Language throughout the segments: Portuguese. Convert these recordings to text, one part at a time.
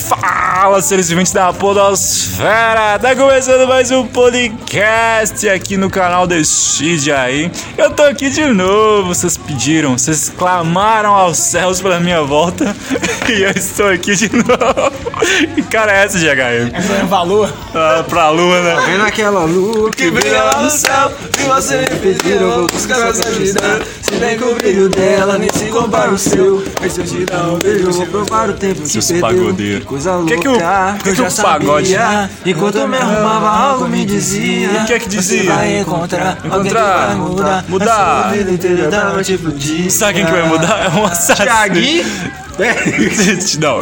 Fala, seres viventes da podosfera! Tá começando mais um podcast aqui no canal Decide Aí. Eu tô aqui de novo, vocês pediram, vocês clamaram aos céus pela minha volta e eu estou aqui de novo. Que cara é essa, GHM? É pra lua? Ah, pra lua, né? Tá vendo aquela lua Que brilha lá no céu, e você me pedir, eu vou buscar essa vida. Se bem que o brilho dela nem se compara o seu, mas se eu te dar um beijo, eu vou provar o tempo que Seus perdeu. pagodeiros. coisa louca. Que Eu já o pagode? sabia, enquanto eu me arrumava, algo me dizia. O que é que dizia? Você vai encontrar alguém que vai mudar. Mudar. A sua vida inteira da noite pro dia. Sabe quem que vai mudar? É um assassino. Thiaguinho? Não.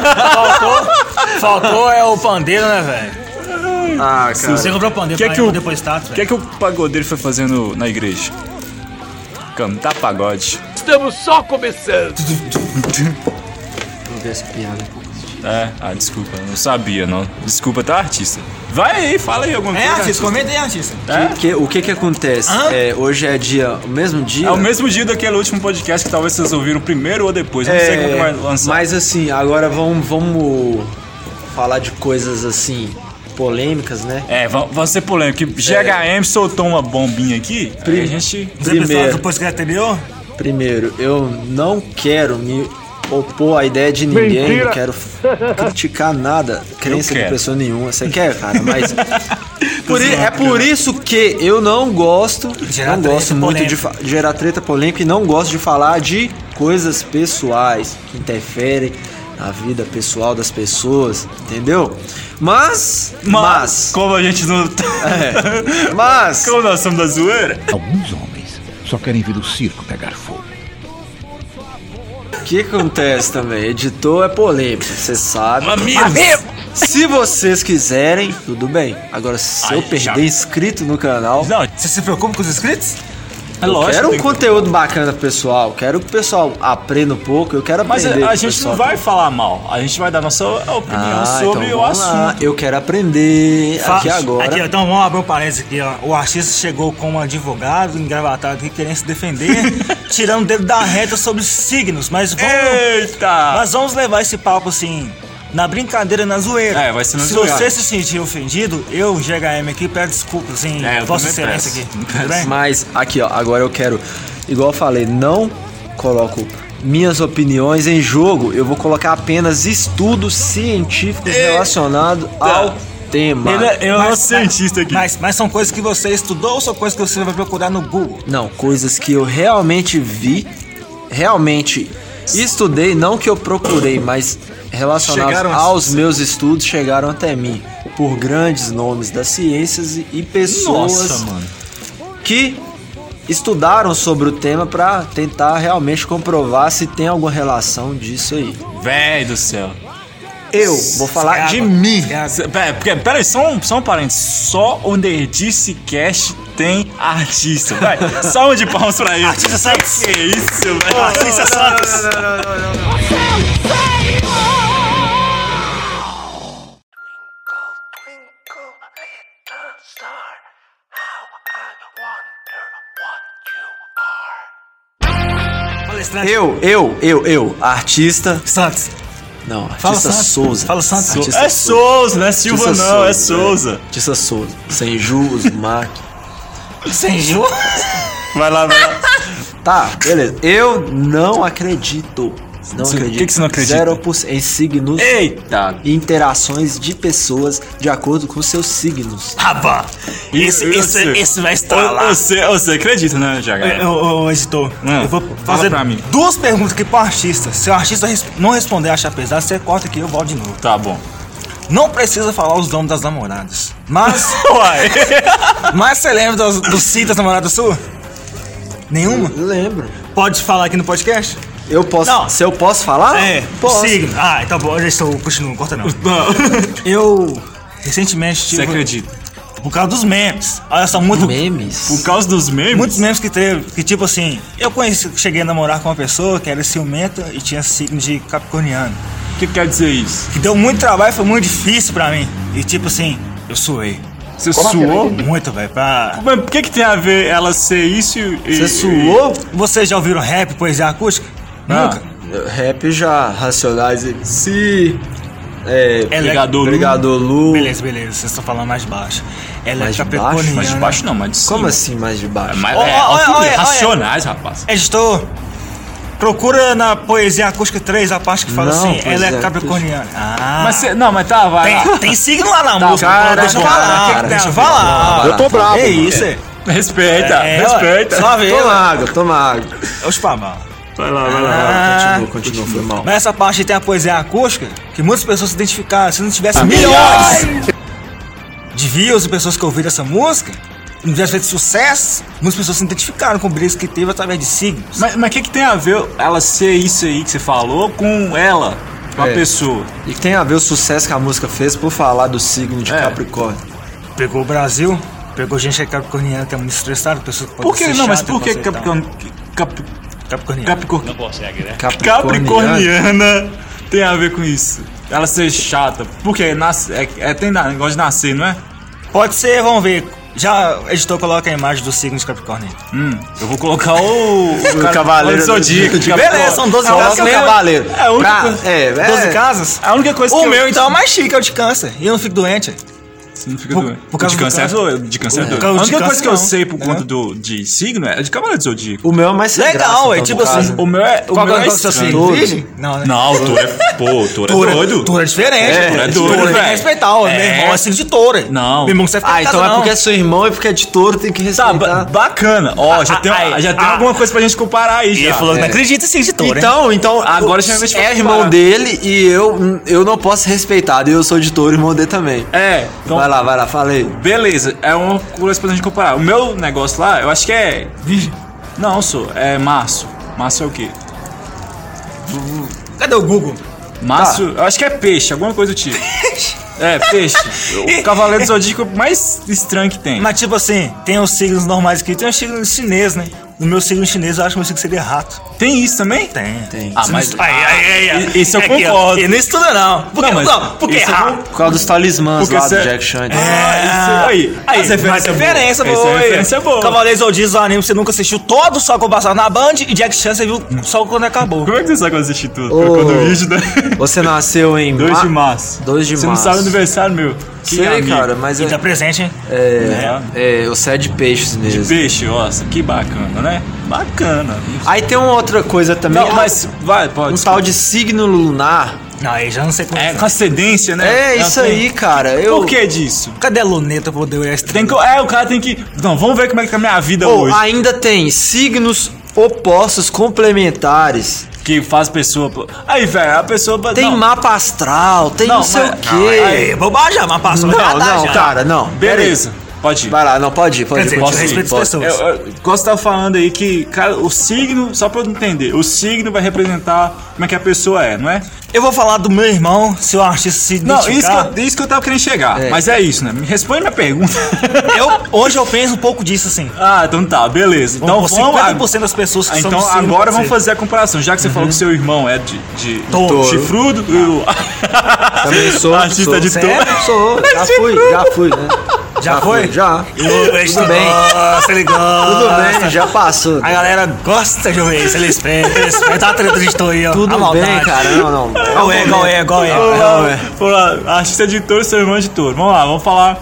Faltou é o pandeiro, né, velho? Ah, cara. Você comprou o pandeiro Que é pra que o- depois status, O que é que o pagodeiro foi fazendo na igreja? Cantar pagode. Vamos ver essa piada. Desculpa, eu não sabia, não. Desculpa, tá, artista? Vai aí, fala aí alguma É, coisa. artista, comenta aí, artista. O que acontece? Hoje é o mesmo dia. É o mesmo dia daquele último podcast que talvez vocês ouviram primeiro ou depois. Eu não sei quando vai lançar. Mas assim, agora vamos falar de coisas assim, polêmicas, né? Vai ser polêmico. GHM soltou uma bombinha aqui. Aí a gente. Os episódios Primeiro. depois que anterior? Primeiro, eu não quero me opor à ideia de ninguém, não quero criticar nada, crença de quero. pessoa nenhuma. Você quer, cara, mas é por isso que eu não gosto, Gerar não gosto treta muito de polêmica. gerar treta polêmica e não gosto de falar de coisas pessoais que interferem na vida pessoal das pessoas, entendeu? Mas, Como a gente não. mas Como nós somos da zoeira. Alguns homens só querem ver o circo pegar fogo. o que acontece também? Editor é polêmico, você sabe. Amigos! Se vocês quiserem, tudo bem. Agora, se eu Ai, perder já. inscrito no canal, Não, Você se preocupa com os inscritos? é eu lógico. quero um tem que- conteúdo bacana pro pessoal. Quero que o pessoal aprenda um pouco. Eu quero Mas aprender. a com o gente pessoal não vai falar mal. A gente vai dar nossa opinião sobre então o vamos lá. assunto. Eu quero aprender aqui agora. Aqui, ó, então vamos abrir um parênteses aqui, ó. O artista chegou como advogado, engravatado aqui, querendo se defender, tirando o dedo da reta sobre signos, mas Eita! nós vamos levar esse papo assim, na brincadeira, na zoeira. É, vai ser na se zoeira. você se sentir ofendido, eu, GHM aqui, peço desculpas, assim, É, eu Vossa também Excelência peço. aqui. Tudo bem? Mas aqui, ó, agora eu quero, igual eu falei, não coloco minhas opiniões em jogo. Eu vou colocar apenas estudos científicos relacionados ao tema. Ele é um cientista aqui. Mas são coisas que você estudou ou são coisas que você vai procurar no Google? Não, coisas que eu realmente vi, realmente estudei, não que eu procurei, mas relacionados Chegaram a- aos meus estudos, chegaram até mim por grandes nomes das ciências e pessoas Nossa, mano. que estudaram sobre o tema para tentar realmente comprovar se tem alguma relação disso aí. Véi do céu. Eu vou falar de mim. Pera aí, só um parênteses. Só o Nerdice Cast tem artista. Vai, salva de palmas pra ele. Artista Santos. Que isso, velho. Artista Santos. Palestrante. Artista. Santos. Não, Fala artista Santos. Souza. Fala Santos. Artista É Souza, não é Silva Artista não, é Souza, Souza. Artista Souza. Sem Jus, Mac. Sem Ju. Vai lá. Tá, beleza. Eu não acredito. Não Você- acredito. o que que você não acredita? 0% em signos Eita! e interações de pessoas de acordo com seus signos. Rapaz. Esse vai estar lá. Você acredita, né, Jagar? Ô, editor, eu vou fala fazer pra mim. duas perguntas aqui pro artista. Se o artista não responder achar pesado, você corta aqui e eu volto de novo. Tá bom. Não precisa falar os nomes das namoradas. Mas, Uai. mas você lembra dos signos das namoradas suas? Nenhuma? Lembro. Pode falar aqui no podcast? Eu posso. Não. Se eu posso falar? Posso. signo. Ah, então bom, eu já estou continuando, corta não. Eu recentemente tive. Você acredita? Por causa dos memes. Olha só, muito. Memes. Por causa dos memes? Muitos memes que teve, que tipo assim, cheguei a namorar com uma pessoa que era ciumenta e tinha signo de capricorniano. O que quer dizer isso? Que deu muito trabalho, foi muito difícil pra mim. E tipo assim, eu suei. Você suou? Muito, velho, pra... Mas por que tem a ver ela ser isso e... Você suou? Vocês já ouviram rap, poesia acústica? Ah. Nunca? Rap já, Racionais MC. Brigador Lu. Beleza, vocês estão falando mais baixo. Ela Mais é de baixo? capricorniana. Mais de baixo não, mais de cima. Como assim mais de baixo? Olha, Racionais, rapaz. Editor, procura na Poesia Acústica 3 a parte que fala Não, assim, ela é Poesia capricorniana. Mas tá, vai lá. Tem signo lá na música, cara, deixa eu cara, falar, cara, deixa eu vai lá, falar. vai lá. Eu tô bravo. É isso, é. Respeita. Só ver. Toma água. Os pabal. Vai lá. Continua, foi mal. Mas essa parte tem a poesia acústica, que muitas pessoas se identificaram. Se não tivesse milhões de views de pessoas que ouviram essa música, não tivesse feito sucesso, muitas pessoas se identificaram com o brilho que teve através de signos. Mas o que tem a ver ela ser isso aí que você falou com ela, com a pessoa? E que tem a ver o sucesso que a música fez por falar do signo de Capricórnio. Pegou o Brasil, pegou gente que é capricorniana, que é muito estressada, pessoas que podem Por que ser não? Mas chata, por que pode ser Capricorniana Capricorniano. tem a ver com isso? Ela ser chata. Porque tem negócio de nascer, não é? Pode ser, vamos ver. Já o editor coloca a imagem do signo de Capricórnio. Eu vou colocar o Cavaleiro do Zodíaco. Beleza, são 12 Coloca casas. o cavaleiro. É a única Pra- coisa. 12 casas? A única coisa O que meu então é o mais chique, é o de câncer. E eu não fico doente. Você não fica Por- doente. por causa de do câncer câncer. é doido. De câncer é doido. Por A causa de única coisa câncer, que eu não. sei por conta de signo é de Cavaleiro do Zodíaco. O meu é mais sem Legal, graça, é então, tipo no caso. assim. O meu é. O Qual meu é é o seu estranho. signo? Virgem? Não, né? Não, o touro é doido. Touro é diferente. Touro é doido, Touro tem que velho. respeitar. Ó, Meu irmão é signo de touro. Não. Meu irmão não serve pra Ah, então casa, é não. porque é seu irmão e porque é de touro, tem que Tá, respeitar. bacana. Ó, já tem alguma coisa pra gente comparar aí E já. ele falou que não acredita em signo de touro, hein? Então, Agora já vai te é falar. irmão dele e eu não posso ser respeitado. E eu sou de touro, irmão dele também. Então, Vai lá, fala aí. beleza. É uma coisa pra gente comparar. O meu negócio lá, eu acho que é... Não, é março. Março é o quê? Cadê o Google? Março, eu acho que é peixe, alguma coisa do tipo. É, peixe. O Cavaleiro do Zodíaco mais estranho que tem. Mas tipo assim, tem os signos normais aqui, tem os signos chineses, né? No meu signo chinês eu acho que o meu signo seria rato. Tem isso também? Tem. Ah, mas... Aí. Isso eu Aqui, ó. concordo. E não estuda não. Por que Não, mas não? Porque isso eu rato. Por causa dos talismãs Porque lá cê- do Jack Chan. Aí, Aí, as referências referência boas. boa. Essa referência é boa. Cavaleiros Zodíaco, o anime você nunca assistiu todo só quando passava na Band e Jack Chan você viu só quando acabou. Como é que você sabe que eu assisti tudo? Ô, Quando o vídeo, né? Você nasceu em 2 de março. 2 de Você março. não sabe o aniversário meu. Que Sei, amigo. cara, mas E tá presente, hein? você é de peixes mesmo. Peixe, nossa, que bacana, né? Bacana. Aí tem uma outra coisa também. Não, mas vai, pode. um tal de signo lunar. Não, aí já não sei como É com ascendência, né? É isso aí, cara. Por que disso? Cadê a luneta pra poder olhar esse Tem que, o cara tem que... Não, vamos ver como é que tá a minha vida Ou hoje. ainda tem signos opostos complementares. Que faz pessoa... Aí, velho, a pessoa... Tem não. mapa astral, tem não sei o quê. Aí, bobagem, mas passou Não, cara, não. Beleza, pode ir. Vai lá, não, pode ir, pode Quer ir. dizer, Pode eu ir, respeito pode as ir. pessoas. Eu gosto de estar falando aí que, cara, o signo, só pra eu entender, o signo vai representar como é que a pessoa é, não é? Eu vou falar do meu irmão, se o artista se Não, identificar. isso que eu tava querendo chegar. É. Mas é isso, né? Me responde minha pergunta. Hoje eu penso um pouco disso, assim. Ah, então tá, beleza. Então Vamos por 50% das pessoas que são Então do signo agora pode vamos ser. fazer a comparação. Já que você falou que seu irmão é de Touro. chifrudo, Também sou. artista sou. de Sério? touro. Sou, já fui, né? Já foi? Já. Tudo bem. Gosta, ele gosta. Tudo bem, já passou. A galera gosta de ouvir isso, ele respeita a treta de editor aí, ó. Tudo a maldade. bem, cara. Não. Qual é? Vamos lá, artista de touro e seu irmão é de touro. Vamos lá, vamos falar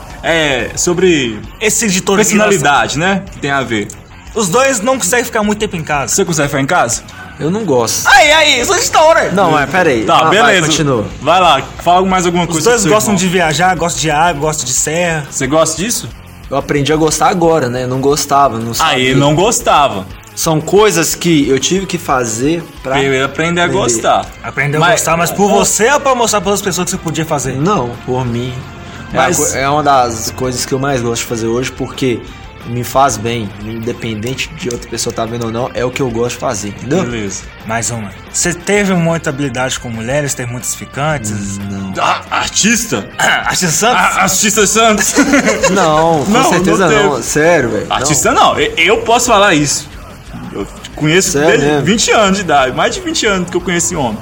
sobre Esse editor personalidade, né? Que tem a ver. Os dois não conseguem ficar muito tempo em casa. Você consegue ficar em casa? Eu não gosto. Aí, sou editor. Não, mas peraí. Tá, Vai, beleza. continua. Vai lá, fala mais alguma coisa. Os dois sobre seu gostam irmão. de viajar, gostam de água, gostam de serra. Você gosta disso? Eu aprendi a gostar agora, né? Não gostava, não sabia. Aí ele não gostava. São coisas que eu tive que fazer pra... Ele aprender a aprender. gostar. Aprendeu a gostar, mas por você ou pra mostrar para as pessoas que você podia fazer? Não, por mim. Mas- É uma das coisas que eu mais gosto de fazer hoje, porque me faz bem, independente de outra pessoa tá vendo ou não, é o que eu gosto de fazer, entendeu? Beleza. Mais uma. Você teve muita habilidade com mulheres, teve muitas ficantes? Artista? Artista Santos? Artista Santos. Não, com Não, certeza não não. teve. Sério, velho. Artista não, eu posso falar isso. Eu conheço Sério desde mesmo? 20 anos de idade, mais de 20 anos que eu conheci homem.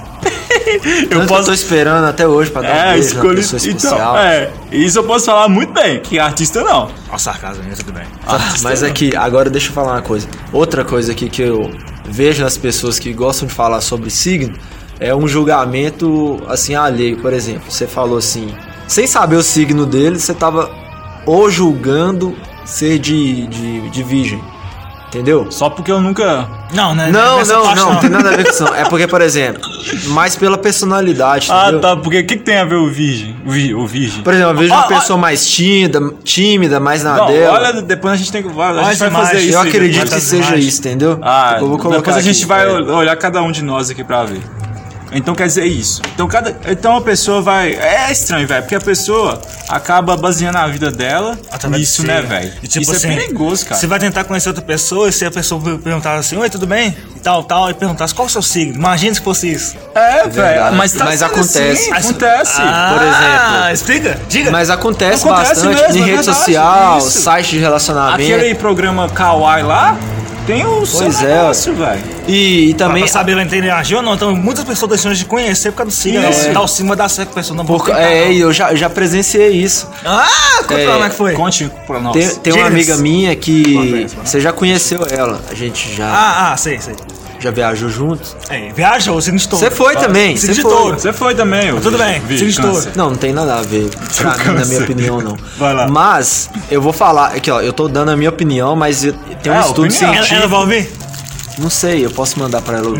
Eu tô esperando até hoje pra dar um beijo na escolhi. pessoa especial. Então, isso eu posso falar muito bem, que artista não. Ó, sarcasmo mesmo, tudo bem. Mas aqui, agora deixa eu falar uma coisa. Outra coisa aqui que eu vejo nas pessoas que gostam de falar sobre signo é um julgamento, assim, alheio. Por exemplo, você falou assim, sem saber o signo dele, você tava ou julgando ser de virgem. Entendeu? Só porque eu nunca... Não, né? Não tem nada a ver com isso. Não. É porque, por exemplo, mais pela personalidade, entendeu? tá, porque o que tem a ver o virgem? O virgem? Por exemplo, eu vejo uma pessoa mais tímida, mais na Não, dela. olha, depois a gente tem que... A gente vai imagens. fazer isso. Eu aí acredito depois. que seja isso, entendeu? Eu vou colocar depois a gente aqui, vai olhar cada um de nós aqui pra ver. Então quer dizer isso. Então a pessoa vai... É estranho, velho, porque a pessoa acaba baseando a vida dela nisso, né, velho? E, tipo isso assim, é perigoso, cara. Você vai tentar conhecer outra pessoa e se a pessoa perguntar assim, oi, tudo bem? E tal, e perguntasse qual é o seu signo. Imagina se fosse isso. É, velho, mas Mas acontece. Assim, acontece. Por exemplo. Explica, diga. Mas acontece Acontece bastante mesmo, em é rede verdade, social, isso. site de relacionamento. Aquele programa Kawaii lá tem o seu Pois é. negócio, velho. E também. Pra saber ela interagir ou não. Então muitas pessoas deixam de conhecer por causa do signo. Isso. Tal signo vai dar certo com a pessoa. Não vou Eu já presenciei isso. conta pra como é que foi. Conte pra nós. Tem uma Diga-nos. amiga minha que. Conta isso, Você já conheceu ela. A gente já Sei. já viajou juntos. Viaja ou signo de touro. Você foi também. Signo Você de foi. touro. Você foi também, ô. Tudo bem, Virgem, signo de touro. câncer. Não tem nada a ver pra mim, na minha opinião, não. Vai lá. Mas, eu vou falar, aqui ó, eu tô dando a minha opinião, mas tem um estudo opinião. científico. Ela vai ouvir? Não sei, eu posso mandar pra ela ouvir.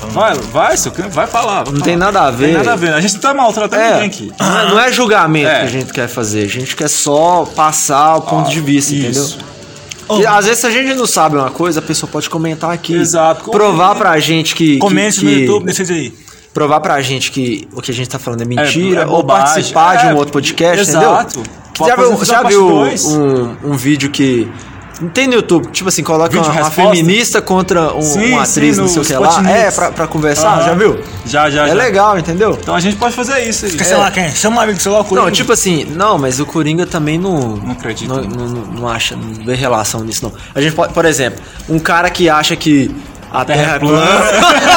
Vai falar. Não tem nada a ver. Tem nada a ver. A gente não tá maltratando ninguém aqui. Não é julgamento É. que a gente quer fazer, a gente quer só passar o ponto de vista, isso. entendeu? E, às vezes, se a gente não sabe uma coisa, a pessoa pode comentar aqui. Exato. Provar pra gente que. Comente no YouTube, decide aí. Provar pra gente que o que a gente tá falando é mentira, é ou bobagem. participar de um outro podcast, Exato. entendeu? Já viu dois? um vídeo que. Não tem no YouTube, tipo assim, coloca Vídeo uma resposta? feminista contra uma atriz, sim, não sei o no que lá. Spot É, News. pra conversar, Aham. já viu? Já. É legal, entendeu? Então a gente pode fazer isso aí. Sei lá quem? Chama um amigo seu lá, o Coringa. Não, tipo assim, não, mas o Coringa também não acredito. Não acha, não vê relação nisso, não. A gente pode, por exemplo, um cara que acha que a Terra é plana.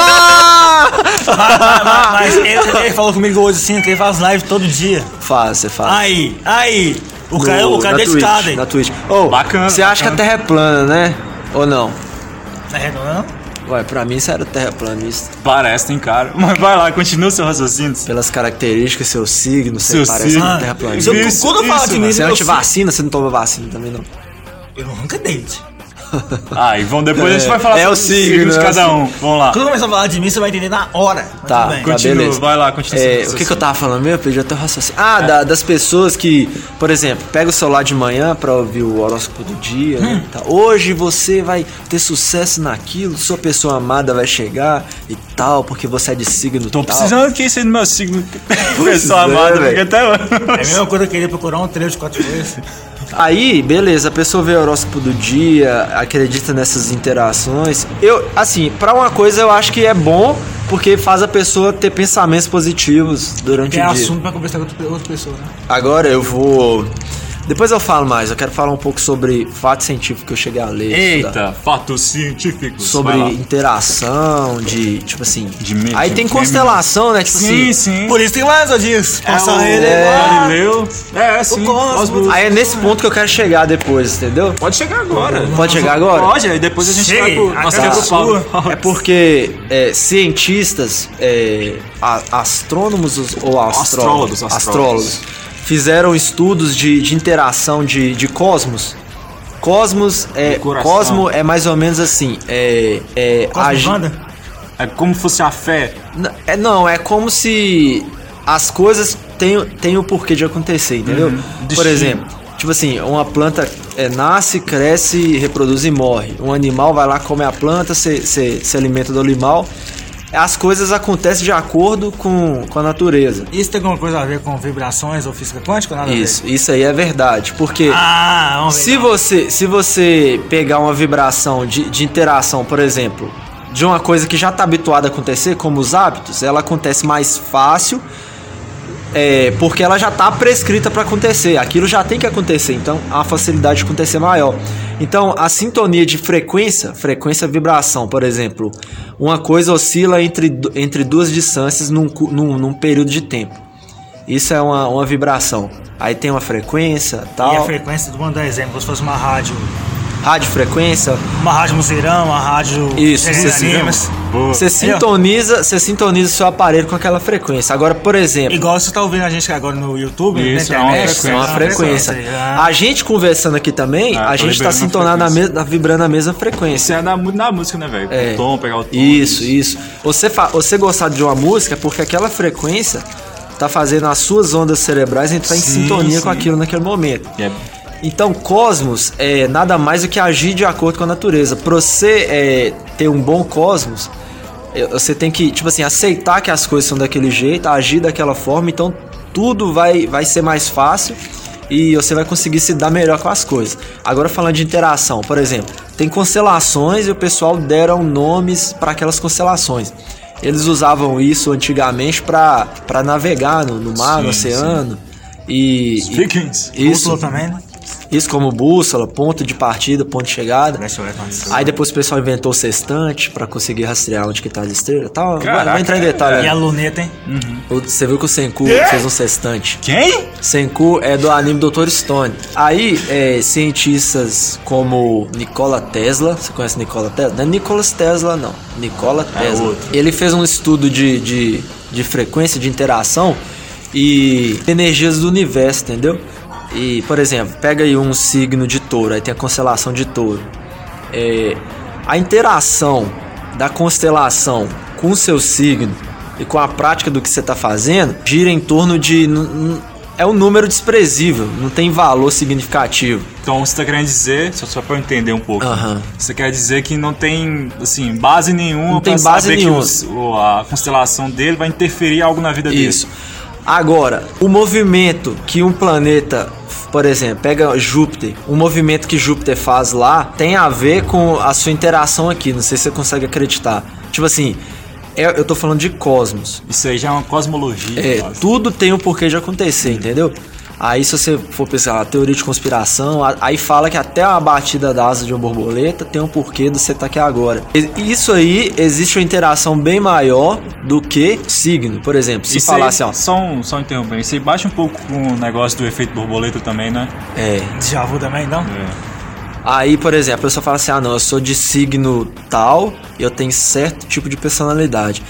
Mas ele falou comigo hoje assim, que ele faz live todo dia. Você faz. Aí. O cara na dedicado Twitch, aí. na Twitch. Ô, Bacana, você acha que a Terra é plana, né? Ou não? Não é redondo, não? Ué, pra mim isso era terraplanista. Parece, tem cara. Mas vai lá, continua o seu raciocínio. Pelas características, seu signo, você Seu parece signo. um terraplanista. Quando eu falo de mim, Você é eu antivacina, você não toma vacina também, não? Eu nunca dei. E vamos depois a gente vai falar É sobre o os signo, signos de é o cada um. Vamos lá. Quando começar a falar de mim, você vai entender na hora. Mas Tá, tudo bem. Continua, beleza. vai lá, continua seu O que raciocínio. eu tava falando mesmo? Eu perdi até o raciocínio. Das pessoas que, por exemplo, pega o celular de manhã pra ouvir o horóscopo do dia, né? Tá. Hoje você vai ter sucesso naquilo, sua pessoa amada vai chegar e tal, porque você é de signo Tô tal. precisando que isso aí no meu signo. Pois Pessoa é, amada, velho. porque até É a mesma coisa que eu querer procurar um trecho de 4 vezes. Aí, beleza, a pessoa vê o horóscopo do dia, acredita nessas interações. Assim, pra uma coisa eu acho que é bom, porque faz a pessoa ter pensamentos positivos durante Que é o dia. assunto pra conversar com outra pessoa, né? Agora eu vou... Depois eu falo mais, eu quero falar um pouco sobre fato científico que eu cheguei a ler. estudar. Eita, fatos científicos. Sobre Vai lá. interação, de, tipo assim... De meme, aí tem de constelação, né? Tipo Sim, assim... sim. Por isso tem mais, Dias. É o Galileu. Sim. Cosmos. Aí é nesse ponto que eu quero chegar depois, entendeu? Pode chegar agora. Pode chegar agora? Pode, aí depois a gente Chegue, vai pro... a Nossa, casa pro Paulo. É porque cientistas, astrônomos ou astrólogos fizeram estudos de interação de cosmos. Cosmos coração. Cosmo é mais ou menos assim. Cosmos É como se fosse a fé. Não, é como se as coisas têm o porquê de acontecer, entendeu? Por Destino. exemplo, tipo assim, uma planta nasce, cresce, reproduz e morre. Um animal vai lá, come a planta, se alimenta do animal. As coisas acontecem de acordo com a natureza. Isso tem alguma coisa a ver com vibrações ou física quântica? Nada Isso aí é verdade, porque a ver. Vamos ver. se você pegar uma vibração de interação, por exemplo, de uma coisa que já está habituada a acontecer, como os hábitos, ela acontece mais fácil, porque ela já está prescrita para acontecer. Aquilo já tem que acontecer, então a facilidade de acontecer é maior. Então a sintonia de frequência, vibração, por exemplo, uma coisa oscila entre duas distâncias num período de tempo. Isso é uma vibração. Aí tem uma frequência, tal. E a frequência, vamos dar exemplo, se fosse uma rádio radiofrequência. Uma rádio museirão, uma rádio... Isso, Você Você sintoniza o seu aparelho com aquela frequência. Agora, por exemplo... Igual você tá ouvindo a gente agora no YouTube, Isso, na internet. É uma frequência. A gente conversando aqui também, a gente tá sintonado vibrando na mesma frequência. Isso é na música, né, velho? É. O tom, pegar o tom. Isso. Você gostar de uma música é porque aquela frequência tá fazendo as suas ondas cerebrais entrar em sintonia com aquilo naquele momento. Então, cosmos é nada mais do que agir de acordo com a natureza. Pra você ter um bom cosmos, você tem que, tipo assim, aceitar que as coisas são daquele jeito, agir daquela forma, então tudo vai ser mais fácil e você vai conseguir se dar melhor com as coisas. Agora, falando de interação, por exemplo, tem constelações e o pessoal deram nomes para aquelas constelações. Eles usavam isso antigamente para navegar no mar, no oceano. Isso. Bússola também, né? Isso como bússola, ponto de partida, ponto de chegada. Aí depois o pessoal inventou o sextante pra conseguir rastrear onde que tá as estrelas e tal. Vai entrar em detalhe. E a luneta, hein? Você viu que o Senku fez um sextante. Quem? Senku é do anime Dr. Stone. Aí, cientistas como Nikola Tesla, você conhece Nikola Tesla? Não é Nicolas Tesla, não. Nikola Tesla. Ele fez um estudo de frequência, de interação e energias do universo, entendeu? E, por exemplo, pega aí um signo de touro, aí tem a constelação de touro. A interação da constelação com o seu signo e com a prática do que você está fazendo gira em torno de... É um número desprezível, não tem valor significativo. Então você está querendo dizer, só para eu entender um pouco, Uhum. Você quer dizer que não tem assim, base nenhuma Não tem para base saber nenhuma. que a constelação dele vai interferir algo na vida dele. Isso. Agora, o movimento que um planeta, por exemplo, pega Júpiter, o movimento que Júpiter faz lá tem a ver com a sua interação aqui, não sei se você consegue acreditar. Tipo assim, eu tô falando de cosmos. Isso aí já é uma cosmologia. eu acho. Tudo tem um porquê de acontecer, entendeu? Aí se você for pensar a teoria de conspiração, aí fala que até a batida da asa de uma borboleta tem um porquê de você estar aqui agora. Isso aí, existe uma interação bem maior do que signo, por exemplo. Se Isso falar aí, assim, ó. Só interrompendo, isso aí baixa um pouco com o negócio do efeito borboleta também, né? Já vou também, não? Aí, por exemplo, a pessoa fala assim, não, eu sou de signo tal, eu tenho certo tipo de personalidade.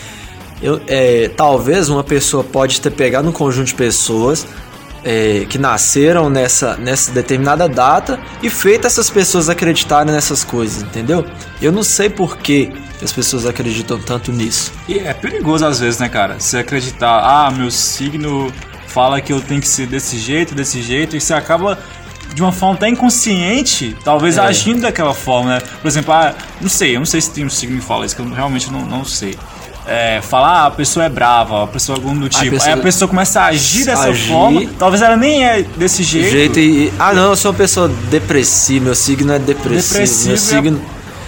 Talvez uma pessoa pode ter pegado um conjunto de pessoas que nasceram nessa determinada data e feito essas pessoas acreditarem nessas coisas, entendeu? Eu não sei por que as pessoas acreditam tanto nisso. E é perigoso às vezes, né, cara? Você acreditar, meu signo fala que eu tenho que ser desse jeito, e você acaba de uma forma até inconsciente, talvez agindo daquela forma, né? Por exemplo, eu não sei se tem um signo que fala isso, que eu realmente não sei. Falar, a pessoa é brava, a pessoa é algum do tipo. Aí a pessoa começa a agir dessa forma, talvez ela nem é desse jeito. Não, eu sou uma pessoa depressiva, meu signo é depressivo. Meu signo...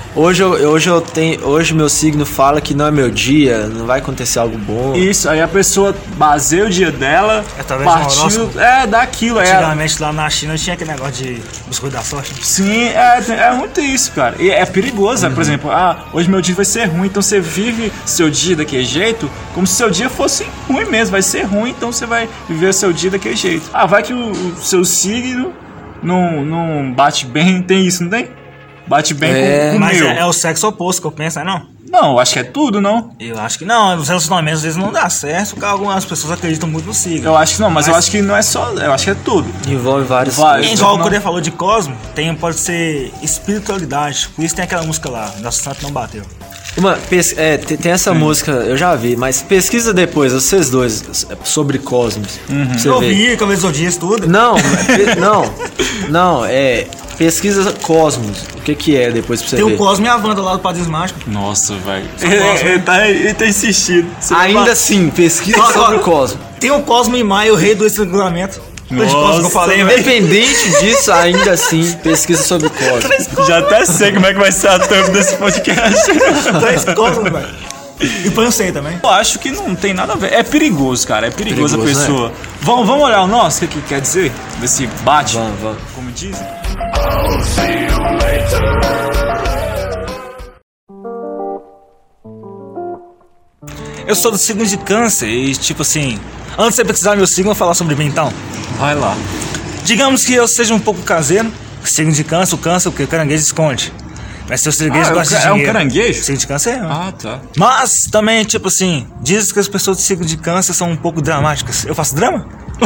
Hoje meu signo fala que não é meu dia, não vai acontecer algo bom. Isso, aí a pessoa baseia o dia dela partindo daquilo. Antigamente lá na China tinha aquele negócio de biscoito da sorte. Sim, é muito isso, cara. E é perigoso, por exemplo, hoje meu dia vai ser ruim, então você vive seu dia daquele jeito como se seu dia fosse ruim mesmo, vai ser ruim, então você vai viver o seu dia daquele jeito. Vai que o seu signo não bate bem, tem isso, não tem? Bate bem com o mas meu. É o sexo oposto que eu penso, não? Não, eu acho que é tudo, não? Eu acho que não, os relacionamentos às vezes não dá certo, porque algumas pessoas acreditam muito no signo. Eu acho que não, mas eu acho que não é só, eu acho que é tudo. Envolve vários coisas. Igual o Cordeiro falou de cosmo, pode ser espiritualidade, por isso tem aquela música lá, Nosso Santo Não Bateu. Tem essa música, eu já vi, mas pesquisa depois, vocês dois, sobre cosmos. Eu vi, Cavaleiro do Zodíaco, tudo. Pesquisa Cosmos. O que é depois pra você ver? Tem o Cosmo e a Wanda lá do Padrinhos Mágicos. Nossa, velho. Ele tá insistindo. Ainda assim, pesquisa sobre o Cosmo. Tem o Cosmo e Maia, o rei do estrangulamento. Nossa, que eu falei, independente disso, ainda assim, pesquisa sobre o Cosmo. Já até sei como é que vai ser a thumb desse podcast. 3 Cosmos, velho. E põe o sei também. Eu acho que não tem nada a ver. É perigoso, cara. É perigoso a pessoa. Né? Vamos olhar o nosso, o que quer dizer? Desse bate, vamos. Como dizem. Eu sou do signo de Câncer e, tipo assim, antes de você pesquisar meu signo, eu vou falar sobre mim então. Vai lá. Digamos que eu seja um pouco caseiro, Signo de câncer, o caranguejo esconde. Mas seus caranguejos gostam de É um dinheiro. caranguejo? Signo de câncer é. Ah, tá. Mas também, tipo assim, dizem que as pessoas de signo de câncer são um pouco dramáticas. Eu faço drama?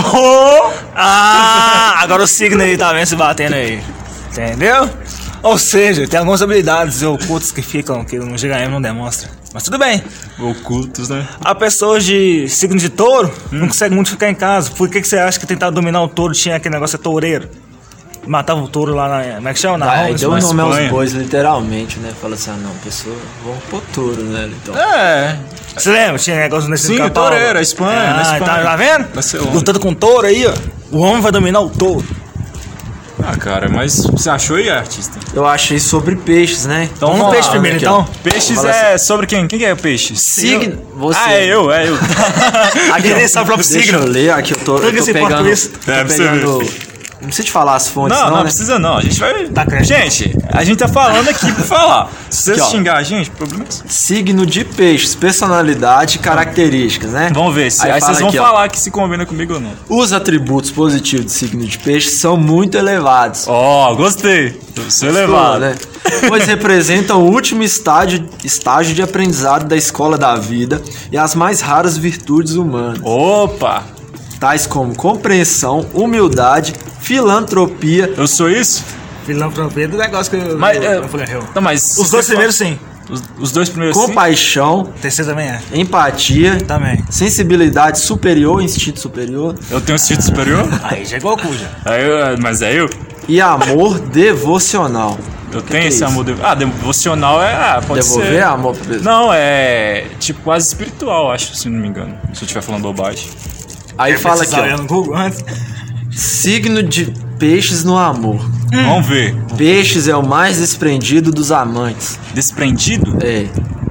Agora o signo aí tá vendo se batendo aí. Entendeu? Ou seja, tem algumas habilidades ocultas que ficam, que no GHM não demonstra. Mas tudo bem. Ocultos, né? A pessoa de signo de touro não consegue muito ficar em casa. Por que você acha que tentar dominar o touro tinha aquele negócio de toureiro? Matava o touro lá na... Como é que chama? Na Aí Roma, deu um na nome aos Espanha. bois, literalmente, né? Fala assim, não, pessoa, vamos pôr touro, né? Então. É. Você lembra? Tinha negócio nesse Sim, Capão. toureiro, a Espanha, na Espanha. Tá vendo? Barcelona. Lutando com touro aí, ó. O homem vai dominar o touro. Ah, cara, mas você achou aí, artista? Eu achei sobre peixes, né? Então vamos no peixe primeiro, aqui, então. ó. Peixes Fala é sobre quem? Quem que é o peixe? Signo. Você. Ah, é eu. Aqui, Ele ó, sabe o próprio deixa signo. eu ler, aqui eu tô Pega esse pegando. português. Tô É, pra você pegando. Não precisa te falar as fontes, Não, não, não né? precisa não. A gente vai. Tá crente. Gente, a gente tá falando aqui pra falar. Se você Aqui, ó. xingar a gente, problemas. Signo de peixes, personalidade e características, né? Vamos ver se. Aí fala vocês vão aqui, ó. falar que se combina comigo ou não. Os atributos positivos do signo de peixes são muito elevados. Ó, gostei. Sou elevado. Né? Pois representam o último estágio de aprendizado da escola da vida e as mais raras virtudes humanas, Opa! tais como compreensão, humildade, filantropia. Eu sou isso? Filantropia do negócio que eu Mas, eu falei, eu. Não, mas. Os dois primeiros, sim. Os dois primeiros sim? Compaixão, O terceiro também é. empatia, Também. sensibilidade superior, instinto superior Eu tenho instinto superior? Aí já é igual o cu, já. Mas é eu? e amor devocional. Eu Que tenho que é esse isso? amor. Devocional é. Ah, pode Devolver ser. amor pra pessoa. Não, é. Tipo, quase espiritual, acho, se não me engano. Se eu estiver falando bobagem. Aí fala aqui, Precisava ir ó, no Google antes. signo de peixes no amor. Vamos ver. Peixes é o mais desprendido dos amantes. Desprendido? É.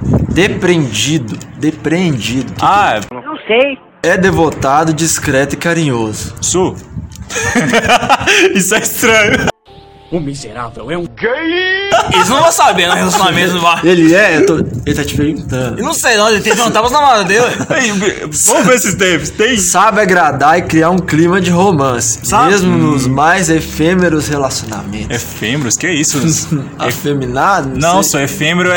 Depreendido. Ah, É devotado, discreto e carinhoso. sou. Isso é estranho. Eles não vão saber no relacionamento do bar. Ele ele tá te perguntando. Eu não sei não, ele tem que perguntar pros namorados dele. Vamos ver esses tempos. Tem. Sabe agradar e criar um clima de romance, Sabe? mesmo nos mais efêmeros relacionamentos. Efêmeros? Que isso? Afeminado? Não, sei. só efêmero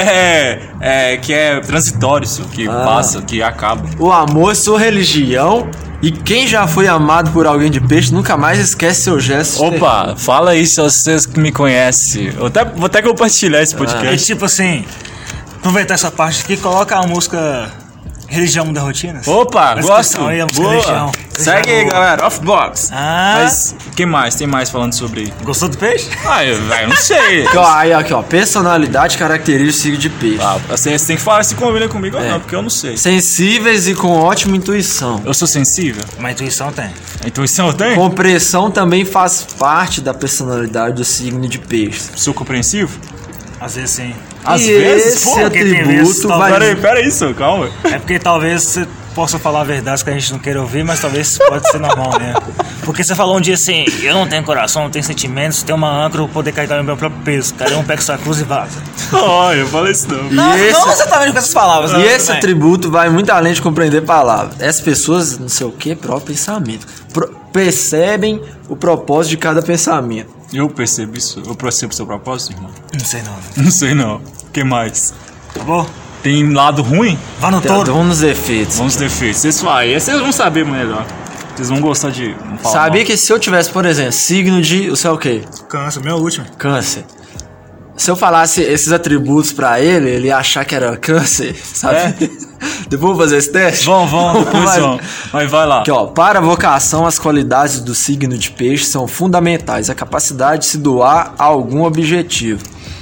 que é transitório, isso, que passa, que acaba. O amor é sua religião e quem já foi amado por alguém de peixe nunca mais esquece seu gesto. Opa, fala aí se vocês que me conhecem. Vou até compartilhar esse É podcast. tipo assim, aproveitar essa parte aqui, coloca a música Religião Muda Rotinas. Opa, Na gosto. descrição aí, a música Boa. Religião. Segue aí, galera. Off-box. Ah, Mas o que mais? Tem mais falando sobre... gostou do peixe? Ah, eu não sei. Aqui, ó, aí, aqui, ó, personalidade e características de peixe. Ah, você tem que falar se combina comigo ou não, porque eu não sei. Sensíveis e com ótima intuição. Eu sou sensível? Mas intuição tem. A intuição eu tenho? Compreensão também faz parte da personalidade do signo de peixes. Sou compreensivo? Às vezes sim. Às E vezes? esse Pô, porque tem vezes, atributo vai... Pera aí, só, calma. É porque talvez você possa falar verdades que a gente não queira ouvir, mas talvez pode ser normal, né? Porque você falou um dia assim, eu não tenho coração, não tenho sentimentos, tenho uma âncora, eu vou poder carregar o meu próprio peso. Cada um pega sua cruz e vaza. Ó, eu falei isso não. Não, esse- não exatamente com essas palavras. E né? esse Tudo bem. atributo vai muito além de compreender palavras. As pessoas, não sei o que, próprio pensamento. Percebem o propósito de cada pensamento. Eu percebo isso. Eu percebo seu propósito, irmão? Não sei não. Não sei não. O que mais? Tá bom? Tem lado ruim? Vá no touro. Vamos nos defeitos. Vamos defeitos. Vocês falam, aí vocês vão saber melhor. Vocês vão gostar de falar Sabia mal. que se eu tivesse, por exemplo, signo de, sei o que, Câncer, meu último. câncer. Se eu falasse esses atributos pra ele, ele ia achar que era câncer, sabe? É? Depois vou fazer esse teste? Vão, depois Vai. vão. Mas vai lá. Aqui, ó, para a vocação, as qualidades do signo de peixe são fundamentais. A capacidade de se doar a algum objetivo.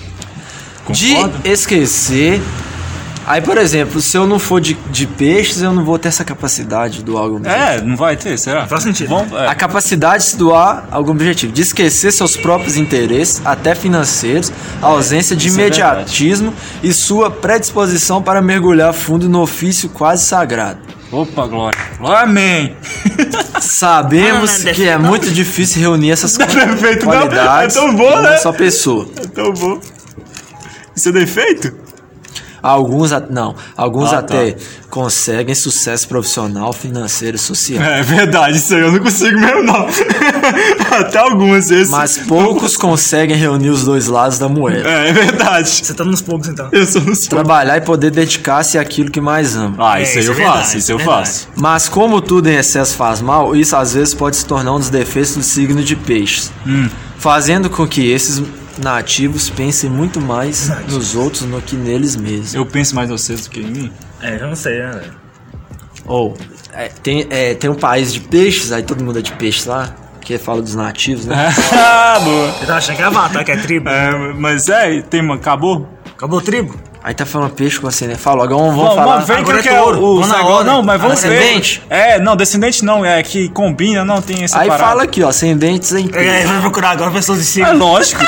Concordo? De esquecer. Aí, por exemplo, se eu não for de peixes, eu não vou ter essa capacidade de doar algum objetivo. É, não vai ter, será? Faz sentido. Vamos, A capacidade de se doar a algum objetivo, de esquecer seus próprios interesses, até financeiros, a ausência de isso é imediatismo e sua predisposição para mergulhar fundo no ofício quase sagrado. Opa, glória. Amém. Sabemos que é muito difícil reunir essas defeito, não. qualidades É tão bom, em uma né? só pessoa. É tão bom. Isso é defeito? Alguns Ah, até conseguem sucesso profissional, financeiro e social. É verdade, isso aí eu não consigo mesmo, não. Até alguns vezes. Mas poucos conseguem reunir os dois lados da moeda. É verdade. Você tá nos poucos, então. Eu sou no seu. Trabalhar e poder dedicar-se àquilo que mais ama. Ah, isso aí isso eu é faço, verdade, isso eu verdade. faço. Mas como tudo em excesso faz mal, isso às vezes pode se tornar um dos defeitos do signo de peixes. Fazendo com que esses nativos pensem muito mais nos outros do que neles mesmos. Eu penso mais em vocês do que em mim. Eu não sei, né, velho? Ou, tem um país de peixes, aí todo mundo é de peixes lá, que fala dos nativos, né? Ah, boa. Eu tava achando que era Avatar, que é tribo. Mas acabou? Acabou o tribo? Aí tá falando peixe com assim, né? Fala, agora vamos falar. Vem Agora que é é touro. o Vamos na negócio. hora. Não, mas vamos ver. Ascendente? Não, descendente não, é que combina, não tem essa Aí parada. fala aqui, ó, ascendentes em peixe. Vai procurar agora pessoas de É signo. lógico.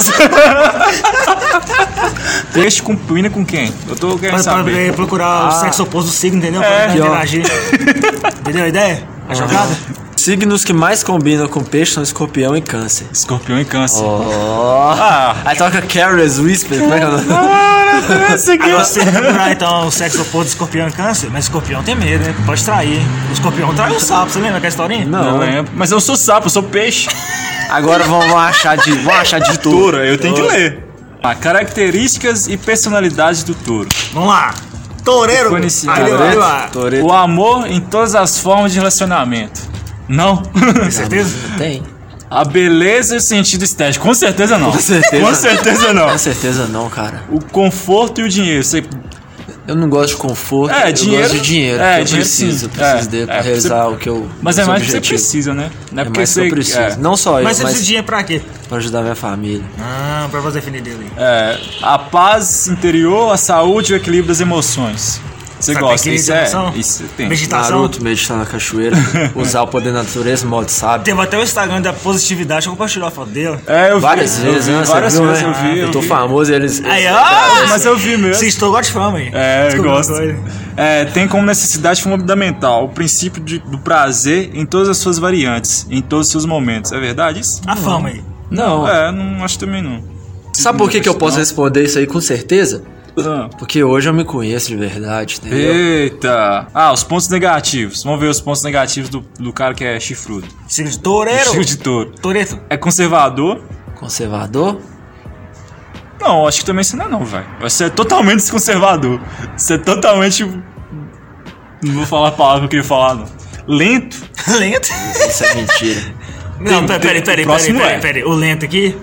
Peixe combina com quem? Eu tô querendo saber. Pra procurar o sexo oposto do signo, entendeu? É. Pra interagir. Entendeu a ideia? A jogada? Signos que mais combinam com peixe são escorpião e câncer. Escorpião e câncer. Ó. Ah. Aí toca Carel's Whisper, como é que é o nome? Agora você procurar então o sexo oposto do escorpião e câncer, mas escorpião tem medo, né? Pode trair, hein? O escorpião trai o sapo, você lembra aquela historinha? Não lembro. Mas eu sou sapo, eu sou peixe. Agora vamos achar de touro. Touro, eu tenho que ler. Características e personalidade do touro. Vamos lá. Toureiro. Conhecido. Toureiro. O amor em todas as formas de relacionamento. Não. Tem certeza? Tem. A beleza e o sentido estético. Com certeza não. Com certeza. Com certeza não. Com certeza não, cara. O conforto e o dinheiro. Você... Eu não gosto de conforto, eu dinheiro. gosto de dinheiro. É, eu dinheiro preciso sim. dele pra É, realizar o que eu... Mas é os mais que você objetivos. precisa, né? Não É mais que eu preciso. Não só eu, Mas você mas precisa de dinheiro pra quê? pra ajudar minha família. Ah, pra fazer definir dele. A paz interior, a saúde e o equilíbrio das emoções. Você Sabe gosta? aquele Isso de emoção? Isso tem. Meditação. Naruto, meditar na cachoeira, usar o poder da natureza, modo sábio. Teve até o Instagram da positividade, eu compartilhou a foto dele. Eu vi. Várias vezes, vi, né? Várias Você viu, vezes né? eu vi. Eu tô famoso e eles... Aí, ó! Mas eu vi mesmo. Você estou gosto de fama aí. Eu Desculpa gosto. uma coisa. Tem como necessidade fundamental o princípio do prazer em todas as suas variantes, em todos os seus momentos. É verdade isso? A fama aí. Não. Não acho também não. Sabe por que eu posso responder isso aí com certeza? Ah. Porque hoje eu me conheço de verdade, entendeu? Eita! Os pontos negativos. Vamos ver os pontos negativos do cara que é chifrudo. Signo de toureiro. Chifre de touro. Toureto. É conservador? Conservador? Não, acho que também você não é não, velho. Você é totalmente desconservador. Você é totalmente... Não vou falar a palavra que eu queria falar, não. Lento? Lento. Isso é mentira. Não, o próximo peraí. O lento aqui,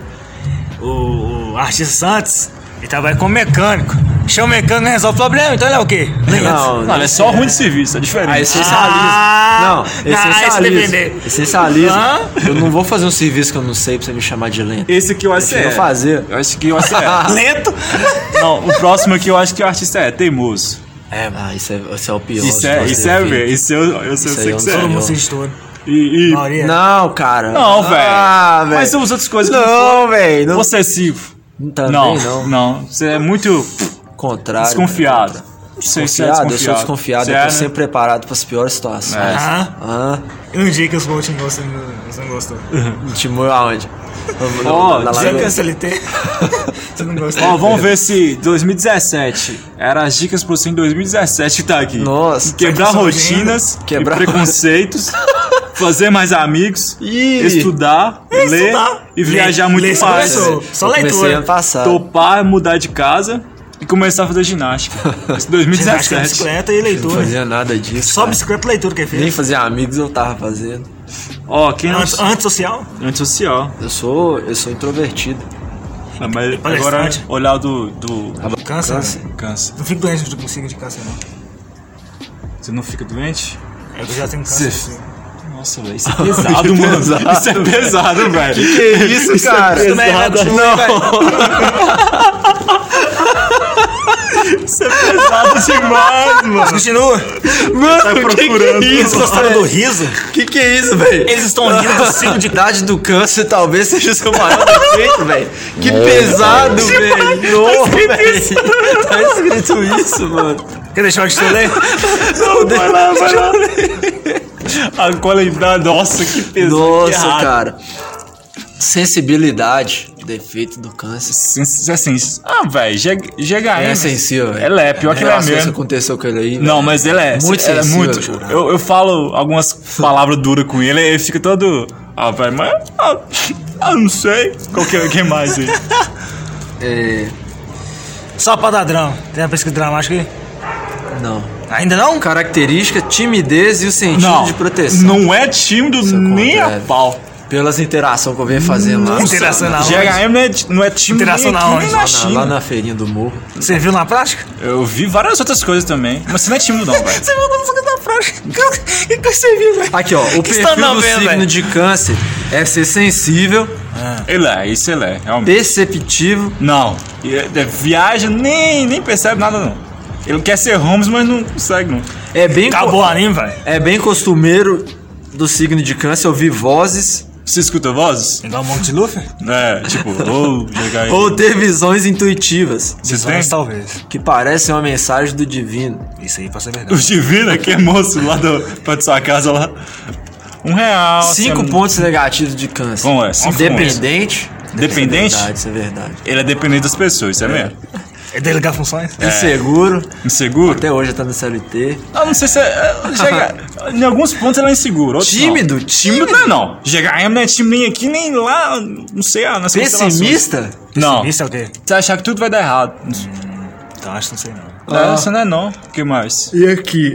o artista Santos, ele trabalha como mecânico. Chama o mecânico e resolve o problema, então ele é o quê? Não, ele é só ruim de serviço, é diferente. Ah, essencialismo. Não, essencialismo. Essencialismo. Eu não vou fazer um serviço que eu não sei pra você me chamar de lento. Esse aqui eu acho que Eu vou fazer. Eu acho que eu acho que é. Lento? Não, o próximo aqui eu acho que o artista é teimoso. Isso é o pior. Isso de é todos os ver. defeitos. Isso eu sei Isso que aí você é um Todo é. mundo se estoura. E Maioria. Não, cara. Não, velho. velho. Mas são as outras coisas. Não, velho. Não. Possessivo. Também Não, não. Você é muito Contrário. desconfiado. Não sei se é Desconfiado, eu sou desconfiado. Você Eu tô né? sempre preparado pras piores situações. Ah, Ah, um dia que os coaching você não gostou. Timur aonde? Ó, Na Você lagoa. que é CLT. Você não gostou. Ó, vamos ver se 2017. Era as dicas pro você em 2017 que tá aqui. Nossa. Quebrar Tá com rotinas, Quebrar- e preconceitos, fazer mais amigos, Ih. estudar, ler e viajar muito Ler, você mais. começou. Só Eu comecei leitura. ano passado. Topar, mudar de casa e começar a fazer ginástica. Isso em Ginástica, 2017. bicicleta e Não leitura. fazia nada disso. Só cara. bicicleta e leitura que ele Nem fez. fazer amigos eu tava fazendo. Ó, quem não... Antissocial? Antissocial. Eu sou introvertido. Ah, mas agora Palestrante. olhar do Câncer. Câncer. câncer. Não fico doente com signo de câncer, não. Você não fica doente? Eu já tenho câncer. Você- Nossa, velho, isso é pesado, mano. Isso é pesado, velho. Que isso, cara? É pesado. Isso é pesado demais, mano. Continua. Mano, que é isso? Vocês gostaram do riso? Que é isso, velho? Eles estão rindo do signo de idade do câncer talvez seja o seu maior defeito, velho. Que pesado, velho. Nossa, velho. Tá escrito isso, mano. Quer deixar eu te ler? Vai lá. A qualidade, nossa, que pesado. Nossa, que errado. cara. Sensibilidade, defeito do câncer. Assim, velho, GHM. É sensível, velho. Ele é, pior que ele é Isso mesmo. aconteceu com ele aí. Não, mas ele é muito ele é sensível, muito. Jurado. Eu falo algumas palavras duras com ele, ele fica todo. Velho, mas. Não sei. Quem mais aí? Só pra ladrão. Tem a pesquisa dramática aí? Não. Ainda não? Característica, timidez e o sentido de proteção. Não é tímido nem a acontece. pau. Pelas interações que eu venho fazendo lá. Interação na onde? GHM não é tímido Interação nem na aqui, onde? nem na China. Lá na feirinha do morro. Você viu na prática? Eu vi várias outras coisas também, mas você não é tímido não, velho. Você viu na prática? O que você viu, velho? Aqui, ó. O Que perfil você tá do vendo, signo velho? de câncer é ser sensível, Ele é, realmente. perceptivo. Não, viaja, nem percebe nada não. Ele quer ser Holmes, mas não consegue não. É bem, Acabou o anime, velho. é bem costumeiro do signo de câncer ouvir vozes Você escuta vozes? Igual o Monk de Luffy? É, tipo, GHM. ou ter visões intuitivas Você tem? Visões, talvez. que parecem uma mensagem do divino. Isso aí pode ser O verdade. Divino, que é moço lá perto de sua casa lá. R$1. 5 assim, pontos negativos de câncer. Como é? 5 Dependente. Dependente? Isso é verdade. Ele é dependente das pessoas, isso é mesmo? É delegar funções? Inseguro. Inseguro? Até hoje tá no CLT. Ah, não sei se chega. Em alguns pontos ele é inseguro. Outros Tímido? Não. Tímido não é não. GHM não é tímido nem aqui, nem lá. Não sei, nas constelações. Pessimista? Não. Isso é o quê? Você achar que tudo vai dar errado. Então acho que não sei não. Você não é não. O que mais? E aqui?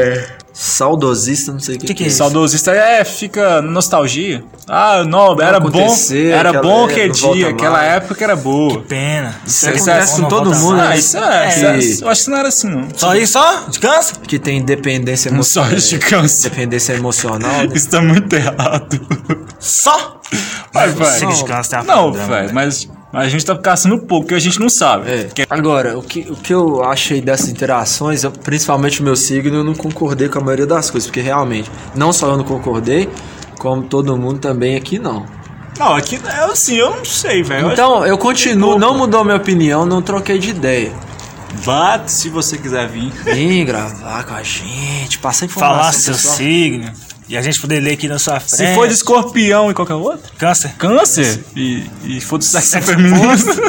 Saudosista, não sei o que. Que é isso? Saudosista fica nostalgia. Não, era bom. acontecer, Era aquela- bom não aquele volta dia, aquela mais. época que era boa. Pena. Isso acontece com todo mundo, Ah, né? isso Que- eu acho que não era assim, não. Só isso, só? De câncer? Que tem dependência Não só emocional. de câncer. Dependência emocional, né? Isso tá muito errado. Só? Vai, Você vai. de câncer tem a Não, padrão, velho, velho. mas a gente tá caçando um pouco, que a gente não sabe. É. Porque- Agora, o que eu achei dessas interações, principalmente o meu signo, eu não concordei com a maioria das coisas, porque realmente, não só eu não concordei, como todo mundo também aqui não. Não, aqui eu não sei, velho. Então, eu continuo, não mudou minha opinião, não troquei de ideia. Bate se você quiser vir. Vem gravar com a gente, passar informação. Falar seu pessoal. signo. E a gente poder ler aqui na sua frente. Se for de escorpião e qualquer outro. Câncer. Câncer e for do sexo Sexo feminino.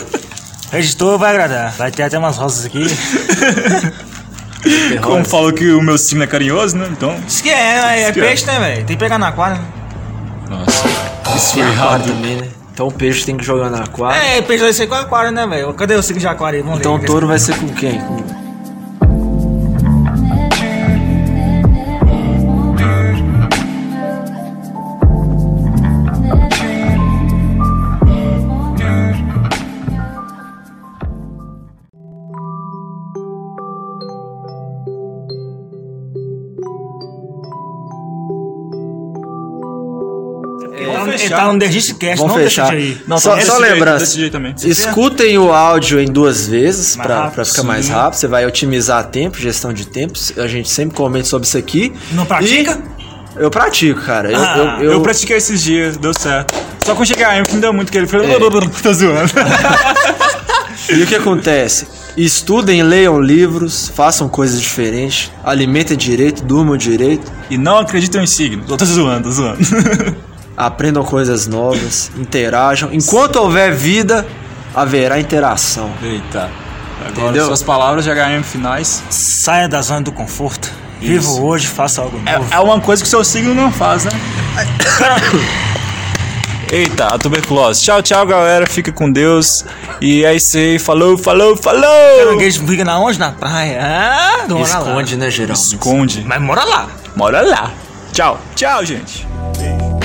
O editor vai agradar. Vai ter até umas rosas aqui. Como falou que o meu signo é carinhoso, né? Então. Isso que é Isso que é. peixe, né, velho? Tem que pegar na aquário. Nossa. Isso foi Tem aquário errado. também, né? Então o peixe tem que jogar na aquário. Peixe vai ser com aquário, né, velho? Cadê o signo de aquário aí? Vamos Então o ler. touro vai ser com quem? Com- Ele tá no Dergistcast, Vamos não fechar. deixa aí. Não, Só desse lembrando, desse jeito também. escutem o áudio em 2 vezes Mais pra rápido, ficar mais sim. rápido. Você vai otimizar tempo, gestão de tempos. A gente sempre comenta sobre isso aqui. Não pratica? E eu pratico, cara. Eu pratiquei esses dias, deu certo. Só com o GHM que não deu muito, que ele falou. Tô zoando. E o que acontece? Estudem, leiam livros, façam coisas diferentes, alimentem direito, durmam direito, E não acreditam em signos. Tô zoando, tô zoando. aprendam coisas novas, interajam. Enquanto houver vida, haverá interação. Eita. Agora, Entendeu? suas palavras de HM finais. Saia da zona do conforto. Viva hoje, faça algo novo. É uma coisa que o seu signo não faz, né? Eita, a tuberculose. Tchau, tchau, galera. Fica com Deus. E é isso aí. Falou, falou, falou! Caranguejo briga na onde? Na praia. Ah, não mora lá. Esconde, né, Geraldo? Esconde. Mas mora lá. Mora lá. Tchau. Tchau, gente.